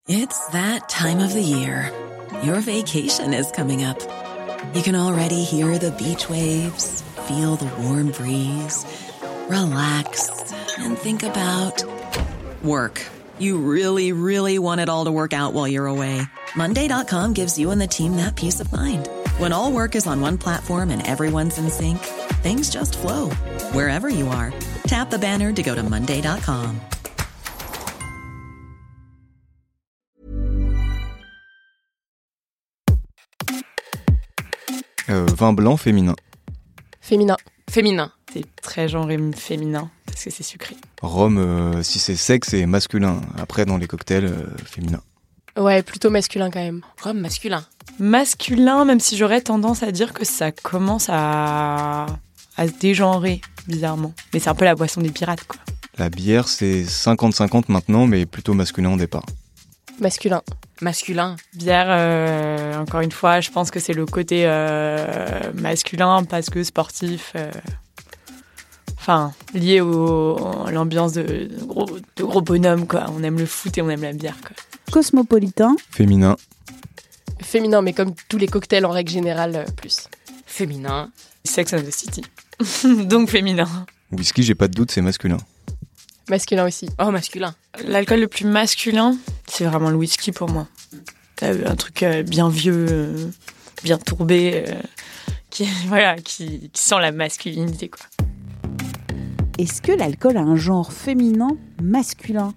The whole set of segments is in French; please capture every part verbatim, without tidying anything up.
It's that time of the year. Your vacation is coming up. You can already hear the beach waves, feel the warm breeze, relax, and think about work. You really, really want it all to work out while you're away. Monday dot com gives you and the team that peace of mind. When all work is on one platform and everyone's in sync, things just flow. Wherever you are, tap the banner to go to Monday dot com. Euh, vin blanc féminin. Féminin. Féminin. C'est très genré féminin, parce que c'est sucré. Rhum, euh, si c'est sec, c'est masculin. Après, dans les cocktails, euh, féminin. Ouais, plutôt masculin quand même. Rhum masculin. Masculin, même si j'aurais tendance à dire que ça commence à, à se dégenrer, bizarrement. Mais c'est un peu la boisson des pirates, quoi. La bière, c'est cinquante cinquante maintenant, mais plutôt masculin au départ. Masculin. Masculin. Bière, euh, encore une fois, je pense que c'est le côté euh, masculin parce que sportif. Euh, enfin, lié au, à l'ambiance de, de, gros, de gros bonhommes, quoi. On aime le foot et on aime la bière, quoi. Cosmopolitain. Féminin. Féminin, mais comme tous les cocktails en règle générale, euh, plus. Féminin. Sex and the City. Donc féminin. Whisky, j'ai pas de doute, c'est masculin. Masculin aussi. Oh, masculin. L'alcool le plus masculin, c'est vraiment le whisky pour moi. T'as un truc euh, bien vieux, euh, bien tourbé, euh, qui, voilà, qui, qui sent la masculinité, quoi. Est-ce que l'alcool a un genre féminin masculin ?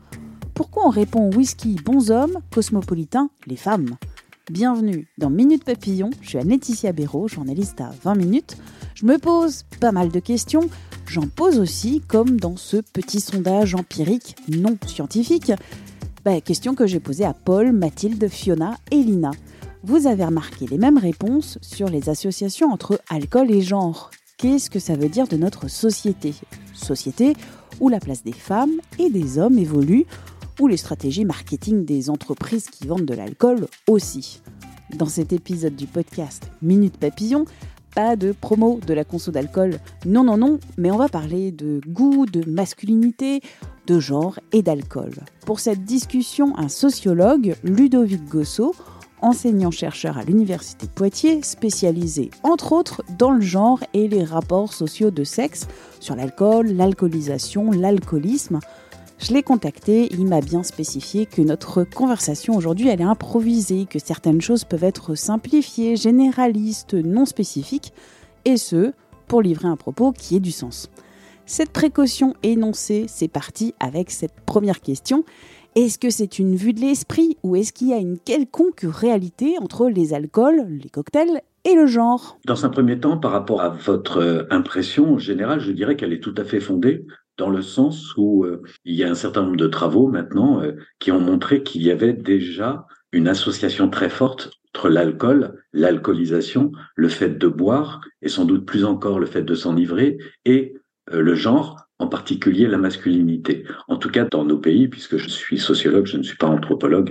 Pourquoi on répond whisky, bons hommes, cosmopolitain, les femmes ? Bienvenue dans Minute Papillon, je suis Laetitia Béraud, journaliste à vingt minutes. Je me pose pas mal de questions, j'en pose aussi, comme dans ce petit sondage empirique non scientifique. Bah, question que j'ai posée à Paul, Mathilde, Fiona et Lina. Vous avez remarqué les mêmes réponses sur les associations entre alcool et genre. Qu'est-ce que ça veut dire de notre société ? Société où la place des femmes et des hommes évolue, où les stratégies marketing des entreprises qui vendent de l'alcool aussi. Dans cet épisode du podcast Minute Papillon, pas de promo de la conso d'alcool, non, non, non, mais on va parler de goût, de masculinité, de genre et d'alcool. Pour cette discussion, un sociologue, Ludovic Gossot, enseignant-chercheur à l'Université de Poitiers, spécialisé entre autres dans le genre et les rapports sociaux de sexe, sur l'alcool, l'alcoolisation, l'alcoolisme. Je l'ai contacté, il m'a bien spécifié que notre conversation aujourd'hui elle est improvisée, que certaines choses peuvent être simplifiées, généralistes, non spécifiques, et ce, pour livrer un propos qui ait du sens. Cette précaution énoncée, c'est parti avec cette première question. Est-ce que c'est une vue de l'esprit ou est-ce qu'il y a une quelconque réalité entre les alcools, les cocktails et le genre ? Dans un premier temps, par rapport à votre impression générale, je dirais qu'elle est tout à fait fondée, dans le sens où euh, il y a un certain nombre de travaux maintenant euh, qui ont montré qu'il y avait déjà une association très forte entre l'alcool, l'alcoolisation, le fait de boire, et sans doute plus encore le fait de s'enivrer, et euh, le genre, en particulier la masculinité. En tout cas dans nos pays, puisque je suis sociologue, je ne suis pas anthropologue.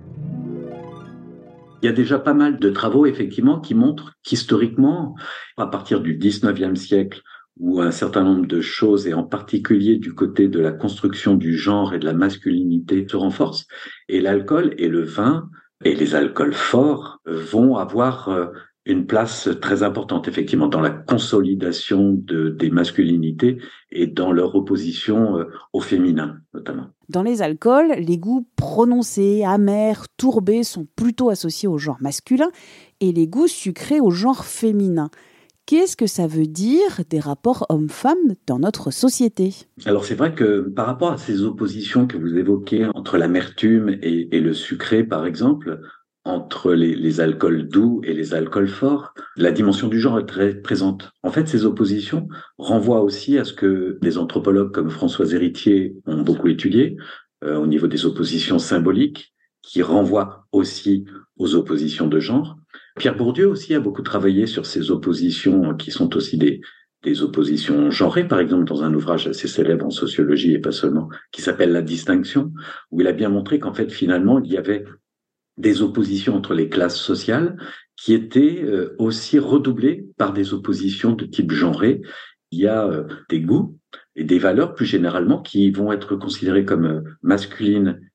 Il y a déjà pas mal de travaux, effectivement, qui montrent qu'historiquement, à partir du dix-neuvième siècle, où un certain nombre de choses, et en particulier du côté de la construction du genre et de la masculinité, se renforcent. Et l'alcool et le vin, et les alcools forts, vont avoir une place très importante, effectivement, dans la consolidation de, des masculinités et dans leur opposition au féminin, notamment. Dans les alcools, les goûts prononcés, amers, tourbés sont plutôt associés au genre masculin et les goûts sucrés au genre féminin. Qu'est-ce que ça veut dire des rapports hommes-femmes dans notre société ? Alors c'est vrai que par rapport à ces oppositions que vous évoquez entre l'amertume et, et le sucré, par exemple, entre les, les alcools doux et les alcools forts, la dimension du genre est très présente. En fait, ces oppositions renvoient aussi à ce que des anthropologues comme Françoise Héritier ont beaucoup étudié, euh, au niveau des oppositions symboliques, qui renvoient aussi aux oppositions de genre. Pierre Bourdieu aussi a beaucoup travaillé sur ces oppositions qui sont aussi des, des oppositions genrées, par exemple dans un ouvrage assez célèbre en sociologie et pas seulement, qui s'appelle La Distinction, où il a bien montré qu'en fait finalement il y avait des oppositions entre les classes sociales qui étaient euh, aussi redoublées par des oppositions de type genré. Il y a euh, des goûts et des valeurs plus généralement qui vont être considérées comme euh, masculines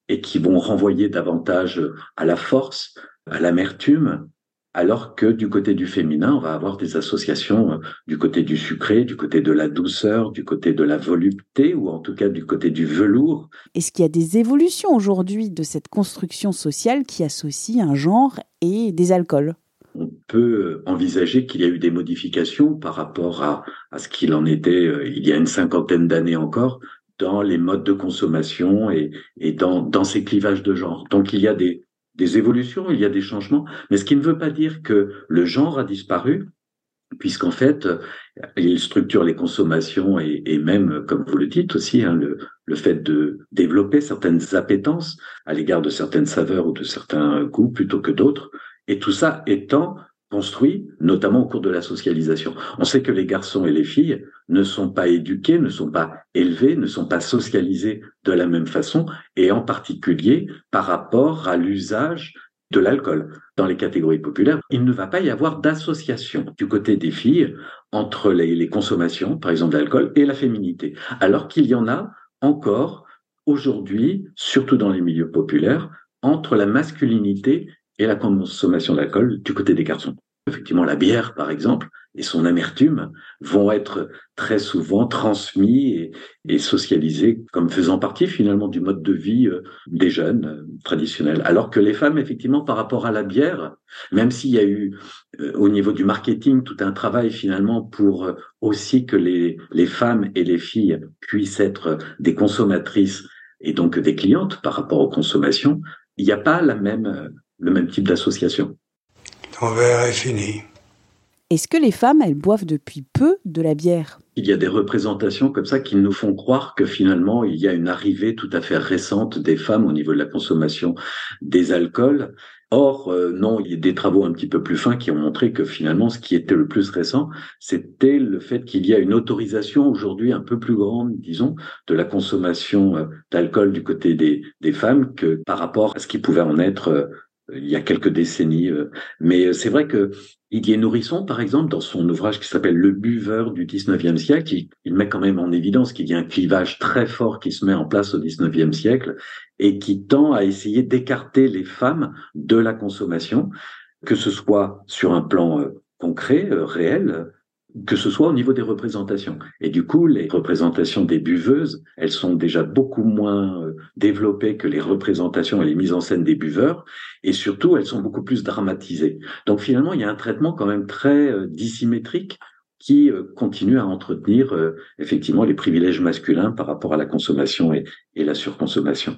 et qui vont renvoyer davantage à la force, à l'amertume, alors que du côté du féminin, on va avoir des associations du côté du sucré, du côté de la douceur, du côté de la volupté, ou en tout cas du côté du velours. Est-ce qu'il y a des évolutions aujourd'hui de cette construction sociale qui associe un genre et des alcools ? On peut envisager qu'il y a eu des modifications par rapport à, à ce qu'il en était euh, il y a une cinquantaine d'années encore dans les modes de consommation et, et dans, dans ces clivages de genre. Donc il y a des, des évolutions, il y a des changements, mais ce qui ne veut pas dire que le genre a disparu, puisqu'en fait, il structure les consommations et, et même, comme vous le dites aussi, hein, le, le fait de développer certaines appétences à l'égard de certaines saveurs ou de certains goûts plutôt que d'autres. Et tout ça étant construit, notamment au cours de la socialisation. On sait que les garçons et les filles ne sont pas éduqués, ne sont pas élevés, ne sont pas socialisés de la même façon, et en particulier par rapport à l'usage de l'alcool. Dans les catégories populaires, il ne va pas y avoir d'association du côté des filles entre les, les consommations, par exemple d'alcool, et la féminité, alors qu'il y en a encore aujourd'hui, surtout dans les milieux populaires, entre la masculinité et la consommation d'alcool du côté des garçons. Effectivement, la bière, par exemple, et son amertume vont être très souvent transmis et, et socialisés comme faisant partie finalement du mode de vie euh, des jeunes euh, traditionnels. Alors que les femmes, effectivement, par rapport à la bière, même s'il y a eu euh, au niveau du marketing tout un travail finalement pour euh, aussi que les, les femmes et les filles puissent être des consommatrices et donc des clientes par rapport aux consommations, il n'y a pas la même... Euh, le même type d'association. Ton verre est fini. Est-ce que les femmes, elles boivent depuis peu de la bière ? Il y a des représentations comme ça qui nous font croire que finalement, il y a une arrivée tout à fait récente des femmes au niveau de la consommation des alcools. Or, euh, non, il y a des travaux un petit peu plus fins qui ont montré que finalement, ce qui était le plus récent, c'était le fait qu'il y a une autorisation aujourd'hui un peu plus grande, disons, de la consommation euh, d'alcool du côté des, des femmes que par rapport à ce qui pouvait en être euh, il y a quelques décennies. Mais c'est vrai que Didier Nourisson, par exemple, dans son ouvrage qui s'appelle Le buveur du dix-neuvième siècle, il, il met quand même en évidence qu'il y a un clivage très fort qui se met en place au dix-neuvième siècle et qui tend à essayer d'écarter les femmes de la consommation, que ce soit sur un plan euh, concret, euh, réel, que ce soit au niveau des représentations. Et du coup, les représentations des buveuses, elles sont déjà beaucoup moins euh, développées que les représentations et les mises en scène des buveurs, et surtout, elles sont beaucoup plus dramatisées. Donc finalement, il y a un traitement quand même très euh, dissymétrique qui euh, continue à entretenir euh, effectivement les privilèges masculins par rapport à la consommation et, et la surconsommation.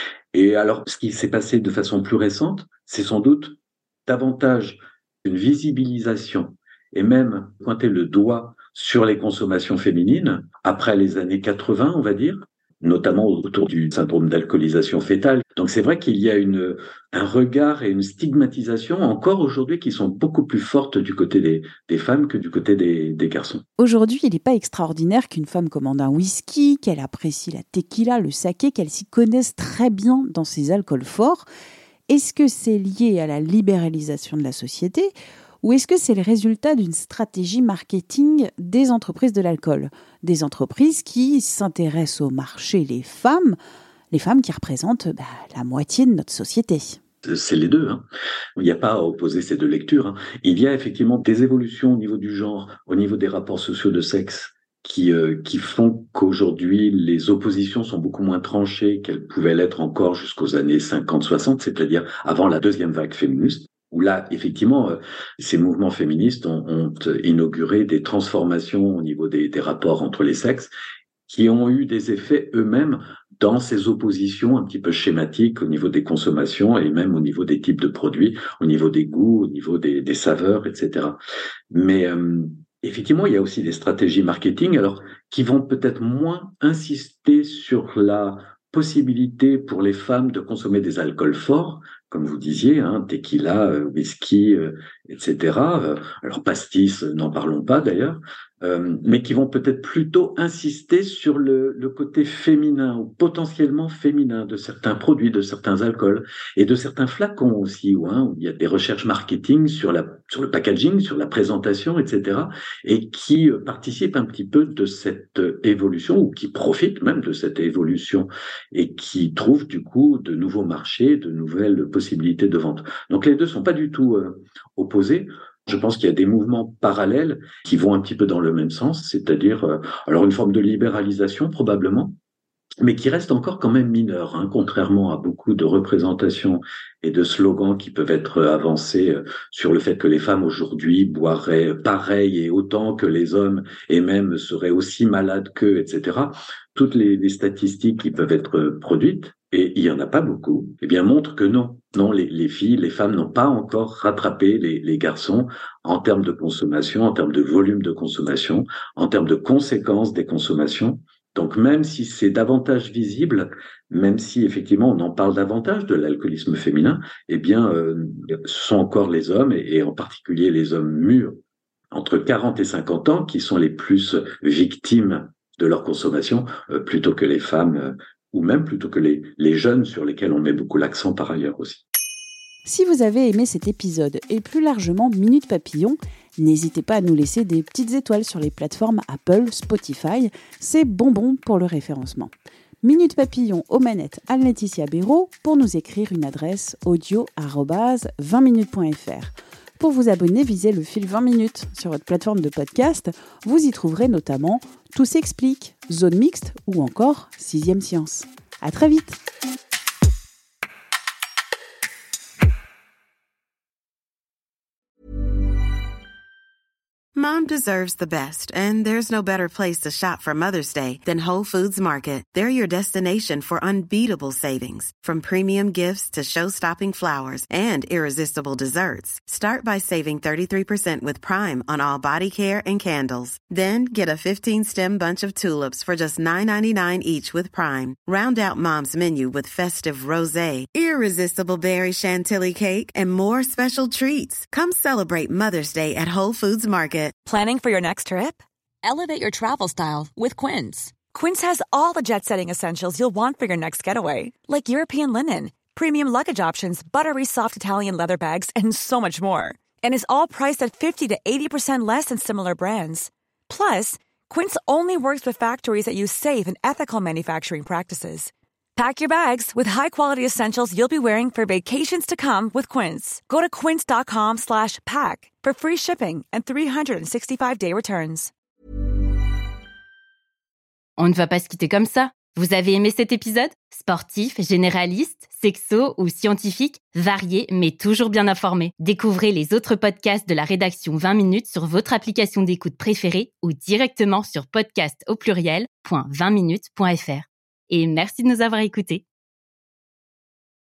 Et alors, ce qui s'est passé de façon plus récente, c'est sans doute davantage une visibilisation et même pointer le doigt sur les consommations féminines après les années quatre-vingts, on va dire, notamment autour du syndrome d'alcoolisation fœtale. Donc c'est vrai qu'il y a une, un regard et une stigmatisation encore aujourd'hui qui sont beaucoup plus fortes du côté des, des femmes que du côté des, des garçons. Aujourd'hui, il n'est pas extraordinaire qu'une femme commande un whisky, qu'elle apprécie la tequila, le saké, qu'elle s'y connaisse très bien dans ces alcools forts. Est-ce que c'est lié à la libéralisation de la société ? Ou est-ce que c'est le résultat d'une stratégie marketing des entreprises de l'alcool ? Des entreprises qui s'intéressent au marché les femmes, les femmes qui représentent bah, la moitié de notre société. C'est les deux. Hein. Il n'y a pas à opposer ces deux lectures. Hein. Il y a effectivement des évolutions au niveau du genre, au niveau des rapports sociaux de sexe, qui, euh, qui font qu'aujourd'hui, les oppositions sont beaucoup moins tranchées qu'elles pouvaient l'être encore jusqu'aux années cinquante soixante, c'est-à-dire avant la deuxième vague féministe, où là, effectivement, euh, ces mouvements féministes ont, ont inauguré des transformations au niveau des, des rapports entre les sexes, qui ont eu des effets eux-mêmes dans ces oppositions un petit peu schématiques au niveau des consommations et même au niveau des types de produits, au niveau des goûts, au niveau des, des saveurs, et cetera. Mais euh, effectivement, il y a aussi des stratégies marketing, alors qui vont peut-être moins insister sur la possibilité pour les femmes de consommer des alcools forts, comme vous disiez, hein, tequila, euh, whisky, euh, et cetera. Euh, alors pastis, euh, n'en parlons pas d'ailleurs. euh, mais qui vont peut-être plutôt insister sur le, le côté féminin ou potentiellement féminin de certains produits, de certains alcools et de certains flacons aussi, où, hein, où il y a des recherches marketing sur, la, sur le packaging, sur la présentation, et cetera, et qui euh, participent un petit peu de cette euh, évolution ou qui profitent même de cette évolution et qui trouvent du coup de nouveaux marchés, de nouvelles possibilités de vente. Donc les deux sont pas du tout euh, opposés. Je pense qu'il y a des mouvements parallèles qui vont un petit peu dans le même sens, c'est-à-dire euh, alors une forme de libéralisation probablement, mais qui reste encore quand même mineur, hein, contrairement à beaucoup de représentations et de slogans qui peuvent être avancés euh, sur le fait que les femmes aujourd'hui boiraient pareil et autant que les hommes et même seraient aussi malades qu'eux, et cetera. Toutes les, les statistiques qui peuvent être produites, et il y en a pas beaucoup, eh bien montrent que non, non, les, les filles, les femmes n'ont pas encore rattrapé les, les garçons en termes de consommation, en termes de volume de consommation, en termes de conséquences des consommations. Donc même si c'est davantage visible, même si effectivement on en parle davantage de l'alcoolisme féminin, eh bien euh, ce sont encore les hommes, et, et en particulier les hommes mûrs, entre quarante et cinquante ans, qui sont les plus victimes de leur consommation, euh, plutôt que les femmes, euh, ou même plutôt que les, les jeunes sur lesquels on met beaucoup l'accent par ailleurs aussi. Si vous avez aimé cet épisode et plus largement Minute Papillon, n'hésitez pas à nous laisser des petites étoiles sur les plateformes Apple, Spotify, c'est bonbon pour le référencement. Minute Papillon aux manettes Anne-Laetitia Béraud, pour nous écrire une adresse audio arobase vingt minutes point f r. Pour vous abonner, visez le fil vingt minutes sur votre plateforme de podcast. Vous y trouverez notamment Tout s'explique, Zone mixte ou encore Sixième Science. À très vite. Mom deserves the best, and there's no better place to shop for Mother's Day than Whole Foods Market. They're your destination for unbeatable savings, from premium gifts to show-stopping flowers and irresistible desserts. Start by saving thirty-three percent with Prime on all body care and candles. Then get a fifteen-stem bunch of tulips for just nine ninety-nine each with Prime. Round out Mom's menu with festive rosé, irresistible berry chantilly cake, and more special treats. Come celebrate Mother's Day at Whole Foods Market. Planning for your next trip? Elevate your travel style with Quince. Quince has all the jet-setting essentials you'll want for your next getaway, like European linen, premium luggage options, buttery soft Italian leather bags, and so much more. And is all priced at fifty to eighty percent less than similar brands. Plus, Quince only works with factories that use safe and ethical manufacturing practices. Pack your bags with high-quality essentials you'll be wearing for vacations to come with Quince. Go to quince.com slash pack for free shipping and three sixty-five day returns. On ne va pas se quitter comme ça. Vous avez aimé cet épisode ? Sportif, généraliste, sexo ou scientifique, varié mais toujours bien informé. Découvrez les autres podcasts de la rédaction vingt minutes sur votre application d'écoute préférée ou directement sur podcast au pluriel point vingt minutes point f r. Et merci de nous avoir écoutés.